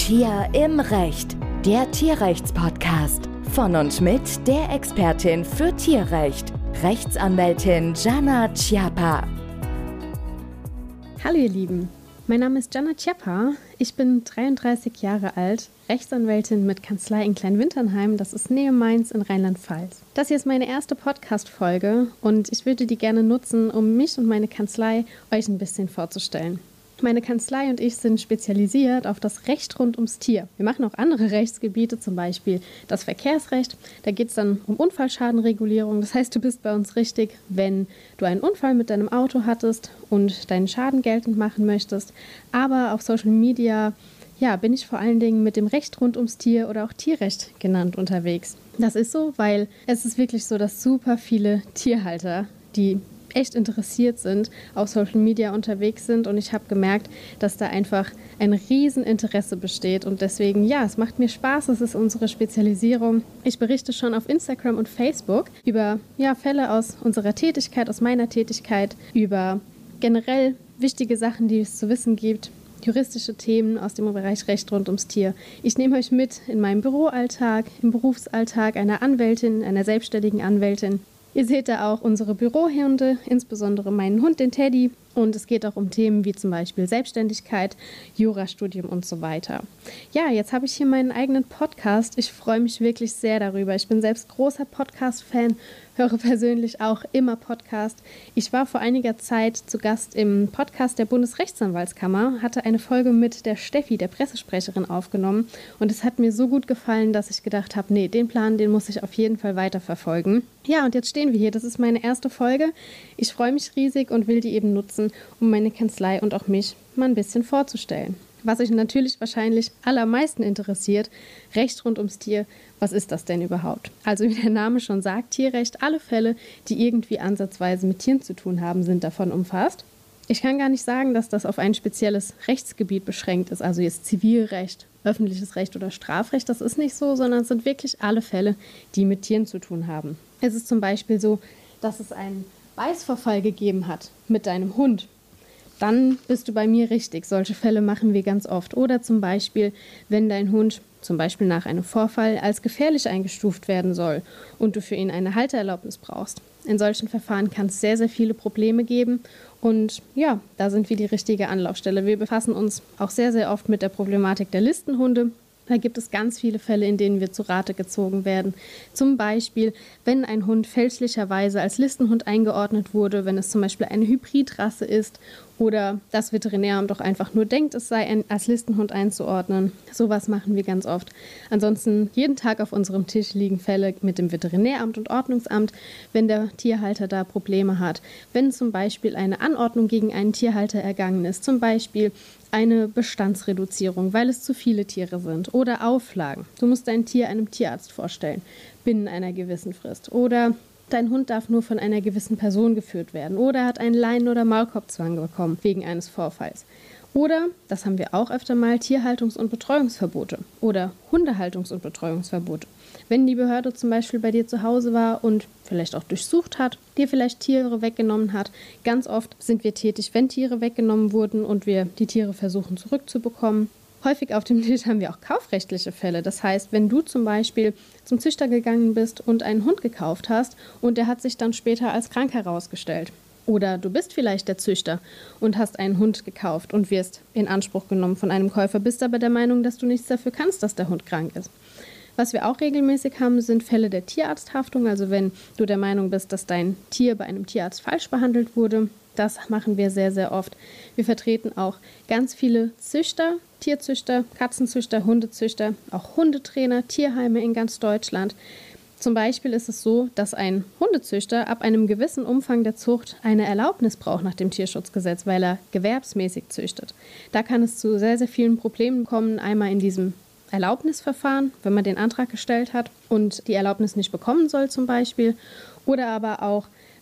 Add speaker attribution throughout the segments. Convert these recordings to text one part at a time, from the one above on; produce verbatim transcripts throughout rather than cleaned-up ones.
Speaker 1: Tier im Recht, der Tierrechtspodcast von und mit der Expertin für Tierrecht, Rechtsanwältin Jana Chiappa.
Speaker 2: Hallo ihr Lieben, mein Name ist Jana Chiappa, ich bin dreiunddreißig Jahre alt, Rechtsanwältin mit Kanzlei in Kleinwinternheim, das ist Nähe Mainz in Rheinland-Pfalz. Das hier ist meine erste Podcast-Folge und ich würde die gerne nutzen, um mich und meine Kanzlei euch ein bisschen vorzustellen. Meine Kanzlei und ich sind spezialisiert auf das Recht rund ums Tier. Wir machen auch andere Rechtsgebiete, zum Beispiel das Verkehrsrecht. Da geht es dann um Unfallschadenregulierung. Das heißt, du bist bei uns richtig, wenn du einen Unfall mit deinem Auto hattest und deinen Schaden geltend machen möchtest. Aber auf Social Media ja, bin ich vor allen Dingen mit dem Recht rund ums Tier oder auch Tierrecht genannt unterwegs. Das ist so, weil es ist wirklich so, dass super viele Tierhalter, die echt interessiert sind, auf Social Media unterwegs sind und ich habe gemerkt, dass da einfach ein Rieseninteresse besteht und deswegen, ja, es macht mir Spaß, es ist unsere Spezialisierung. Ich berichte schon auf Instagram und Facebook über ja, Fälle aus unserer Tätigkeit, aus meiner Tätigkeit, über generell wichtige Sachen, die es zu wissen gibt, juristische Themen aus dem Bereich Recht rund ums Tier. Ich nehme euch mit in meinem Büroalltag, im Berufsalltag einer Anwältin, einer selbstständigen Anwältin. Ihr seht da auch unsere Bürohunde, insbesondere meinen Hund, den Teddy. Und es geht auch um Themen wie zum Beispiel Selbstständigkeit, Jurastudium und so weiter. Ja, jetzt habe ich hier meinen eigenen Podcast. Ich freue mich wirklich sehr darüber. Ich bin selbst großer Podcast-Fan, höre persönlich auch immer Podcast. Ich war vor einiger Zeit zu Gast im Podcast der Bundesrechtsanwaltskammer, hatte eine Folge mit der Steffi, der Pressesprecherin, aufgenommen. Und es hat mir so gut gefallen, dass ich gedacht habe, nee, den Plan, den muss ich auf jeden Fall weiterverfolgen. Ja, und jetzt stehen wir hier. Das ist meine erste Folge. Ich freue mich riesig und will die eben nutzen, um meine Kanzlei und auch mich mal ein bisschen vorzustellen. Was euch natürlich wahrscheinlich allermeisten interessiert, Recht rund ums Tier, was ist das denn überhaupt? Also wie der Name schon sagt, Tierrecht, alle Fälle, die irgendwie ansatzweise mit Tieren zu tun haben, sind davon umfasst. Ich kann gar nicht sagen, dass das auf ein spezielles Rechtsgebiet beschränkt ist, also jetzt Zivilrecht, öffentliches Recht oder Strafrecht, das ist nicht so, sondern es sind wirklich alle Fälle, die mit Tieren zu tun haben. Es ist zum Beispiel so, dass es einen Beißvorfall gegeben hat mit deinem Hund. Dann bist du bei mir richtig. Solche Fälle machen wir ganz oft. Oder zum Beispiel, wenn dein Hund zum Beispiel nach einem Vorfall als gefährlich eingestuft werden soll und du für ihn eine Haltererlaubnis brauchst. In solchen Verfahren kann es sehr, sehr viele Probleme geben. Und ja, da sind wir die richtige Anlaufstelle. Wir befassen uns auch sehr, sehr oft mit der Problematik der Listenhunde. Da gibt es ganz viele Fälle, in denen wir zu Rate gezogen werden. Zum Beispiel, wenn ein Hund fälschlicherweise als Listenhund eingeordnet wurde, wenn es zum Beispiel eine Hybridrasse ist oder das Veterinäramt doch einfach nur denkt, es sei ein, als Listenhund einzuordnen. Sowas machen wir ganz oft. Ansonsten jeden Tag auf unserem Tisch liegen Fälle mit dem Veterinäramt und Ordnungsamt, wenn der Tierhalter da Probleme hat. Wenn zum Beispiel eine Anordnung gegen einen Tierhalter ergangen ist, zum Beispiel eine Bestandsreduzierung, weil es zu viele Tiere sind oder Auflagen. Du musst dein Tier einem Tierarzt vorstellen, binnen einer gewissen Frist. Oder dein Hund darf nur von einer gewissen Person geführt werden oder hat einen Leinen- oder Maulkorbzwang bekommen wegen eines Vorfalls. Oder, das haben wir auch öfter mal, Tierhaltungs- und Betreuungsverbote oder Hundehaltungs- und Betreuungsverbote. Wenn die Behörde zum Beispiel bei dir zu Hause war und vielleicht auch durchsucht hat, dir vielleicht Tiere weggenommen hat. Ganz oft sind wir tätig, wenn Tiere weggenommen wurden und wir die Tiere versuchen zurückzubekommen. Häufig auf dem Tisch haben wir auch kaufrechtliche Fälle. Das heißt, wenn du zum Beispiel zum Züchter gegangen bist und einen Hund gekauft hast und der hat sich dann später als krank herausgestellt. Oder du bist vielleicht der Züchter und hast einen Hund gekauft und wirst in Anspruch genommen von einem Käufer, bist aber der Meinung, dass du nichts dafür kannst, dass der Hund krank ist. Was wir auch regelmäßig haben, sind Fälle der Tierarzthaftung. Also wenn du der Meinung bist, dass dein Tier bei einem Tierarzt falsch behandelt wurde, das machen wir sehr, sehr oft. Wir vertreten auch ganz viele Züchter, Tierzüchter, Katzenzüchter, Hundezüchter, auch Hundetrainer, Tierheime in ganz Deutschland. Zum Beispiel ist es so, dass ein Hundezüchter ab einem gewissen Umfang der Zucht eine Erlaubnis braucht nach dem Tierschutzgesetz, weil er gewerbsmäßig züchtet. Da kann es zu sehr, sehr vielen Problemen kommen, einmal in diesem Erlaubnisverfahren, wenn man den Antrag gestellt hat und die Erlaubnis nicht bekommen soll zum Beispiel, oder aber auch,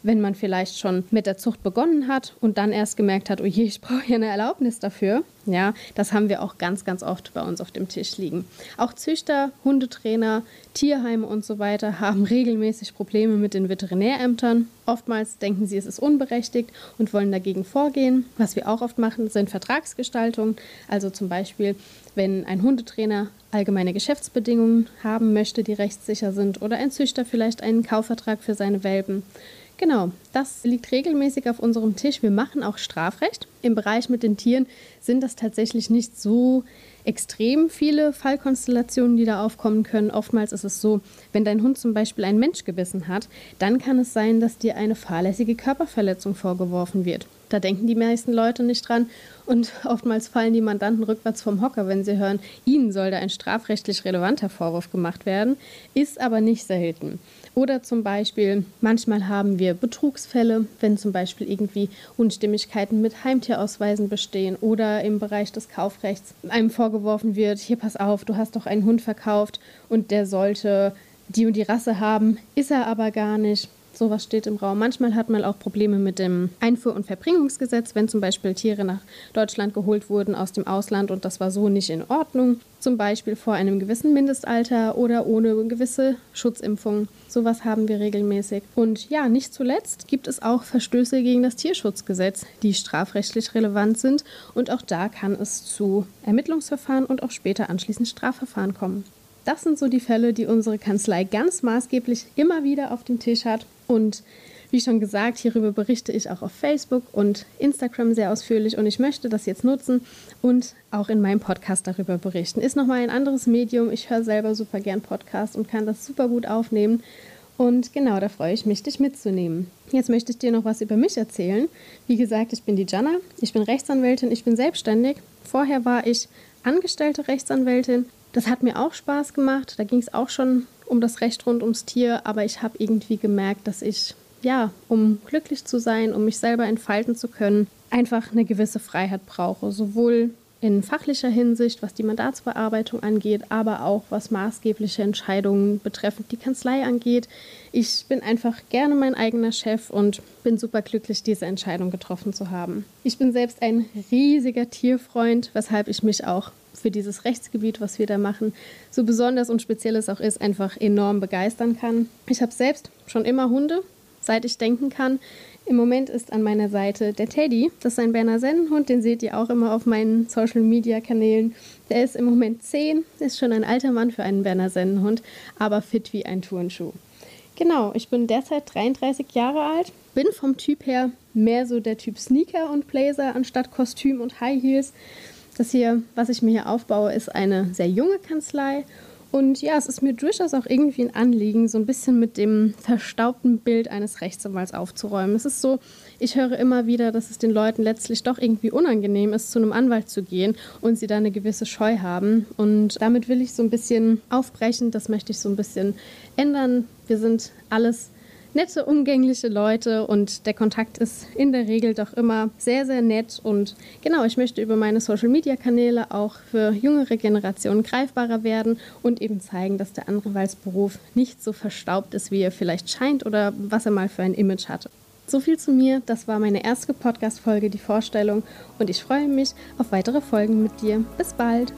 Speaker 2: wenn man vielleicht schon mit der Zucht begonnen hat und dann erst gemerkt hat, oh je, ich brauche hier eine Erlaubnis dafür. Ja, das haben wir auch ganz, ganz oft bei uns auf dem Tisch liegen. Auch Züchter, Hundetrainer, Tierheime und so weiter haben regelmäßig Probleme mit den Veterinärämtern. Oftmals denken sie, es ist unberechtigt und wollen dagegen vorgehen. Was wir auch oft machen, sind Vertragsgestaltungen. Also zum Beispiel, wenn ein Hundetrainer allgemeine Geschäftsbedingungen haben möchte, die rechtssicher sind, oder ein Züchter vielleicht einen Kaufvertrag für seine Welpen. Genau, das liegt regelmäßig auf unserem Tisch. Wir machen auch Strafrecht. Im Bereich mit den Tieren sind das tatsächlich nicht so extrem viele Fallkonstellationen, die da aufkommen können. Oftmals ist es so, wenn dein Hund zum Beispiel einen Mensch gebissen hat, dann kann es sein, dass dir eine fahrlässige Körperverletzung vorgeworfen wird. Da denken die meisten Leute nicht dran und oftmals fallen die Mandanten rückwärts vom Hocker, wenn sie hören, ihnen soll da ein strafrechtlich relevanter Vorwurf gemacht werden, ist aber nicht selten. Oder zum Beispiel, manchmal haben wir Betrugsfälle, wenn zum Beispiel irgendwie Unstimmigkeiten mit Heimtierausweisen bestehen oder im Bereich des Kaufrechts einem vorgeworfen wird, hier pass auf, du hast doch einen Hund verkauft und der sollte die und die Rasse haben, ist er aber gar nicht. Sowas steht im Raum. Manchmal hat man auch Probleme mit dem Einfuhr- und Verbringungsgesetz, wenn zum Beispiel Tiere nach Deutschland geholt wurden aus dem Ausland und das war so nicht in Ordnung. Zum Beispiel vor einem gewissen Mindestalter oder ohne gewisse Schutzimpfung. Sowas haben wir regelmäßig. Und ja, nicht zuletzt gibt es auch Verstöße gegen das Tierschutzgesetz, die strafrechtlich relevant sind. Und auch da kann es zu Ermittlungsverfahren und auch später anschließend Strafverfahren kommen. Das sind so die Fälle, die unsere Kanzlei ganz maßgeblich immer wieder auf dem Tisch hat. Und wie schon gesagt, hierüber berichte ich auch auf Facebook und Instagram sehr ausführlich. Und ich möchte das jetzt nutzen und auch in meinem Podcast darüber berichten. Ist nochmal ein anderes Medium. Ich höre selber super gern Podcasts und kann das super gut aufnehmen. Und genau, da freue ich mich, dich mitzunehmen. Jetzt möchte ich dir noch was über mich erzählen. Wie gesagt, ich bin die Jana. Ich bin Rechtsanwältin, ich bin selbstständig. Vorher war ich angestellte Rechtsanwältin. Das hat mir auch Spaß gemacht. Da ging es auch schon um das Recht rund ums Tier. Aber ich habe irgendwie gemerkt, dass ich, ja, um glücklich zu sein, um mich selber entfalten zu können, einfach eine gewisse Freiheit brauche. Sowohl in fachlicher Hinsicht, was die Mandatsbearbeitung angeht, aber auch was maßgebliche Entscheidungen betreffend die Kanzlei angeht. Ich bin einfach gerne mein eigener Chef und bin super glücklich, diese Entscheidung getroffen zu haben. Ich bin selbst ein riesiger Tierfreund, weshalb ich mich auch für dieses Rechtsgebiet, was wir da machen, so besonders und speziell es auch ist, einfach enorm begeistern kann. Ich habe selbst schon immer Hunde, seit ich denken kann. Im Moment ist an meiner Seite der Teddy. Das ist ein Berner Sennenhund, den seht ihr auch immer auf meinen Social-Media-Kanälen. Der ist im Moment zehn, ist schon ein alter Mann für einen Berner Sennenhund, aber fit wie ein Turnschuh. Genau, ich bin derzeit dreiunddreißig Jahre alt, bin vom Typ her mehr so der Typ Sneaker und Blazer anstatt Kostüm und High Heels. Das hier, was ich mir hier aufbaue, ist eine sehr junge Kanzlei. Und ja, es ist mir durchaus auch irgendwie ein Anliegen, so ein bisschen mit dem verstaubten Bild eines Rechtsanwalts aufzuräumen. Es ist so, ich höre immer wieder, dass es den Leuten letztlich doch irgendwie unangenehm ist, zu einem Anwalt zu gehen und sie da eine gewisse Scheu haben. Und damit will ich so ein bisschen aufbrechen, das möchte ich so ein bisschen ändern. Wir sind alles nette, umgängliche Leute und der Kontakt ist in der Regel doch immer sehr, sehr nett. Und genau, ich möchte über meine Social-Media-Kanäle auch für jüngere Generationen greifbarer werden und eben zeigen, dass der Anwaltsberuf nicht so verstaubt ist, wie er vielleicht scheint oder was er mal für ein Image hatte. So viel zu mir, das war meine erste Podcast-Folge, die Vorstellung, und ich freue mich auf weitere Folgen mit dir. Bis bald!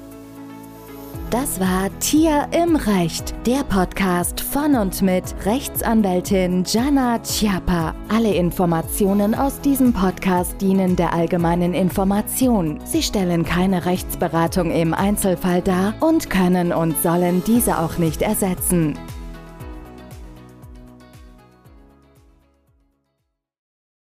Speaker 1: Das war Tier im Recht, der Podcast von und mit Rechtsanwältin Jana Chiappa. Alle Informationen aus diesem Podcast dienen der allgemeinen Information. Sie stellen keine Rechtsberatung im Einzelfall dar und können und sollen diese auch nicht ersetzen.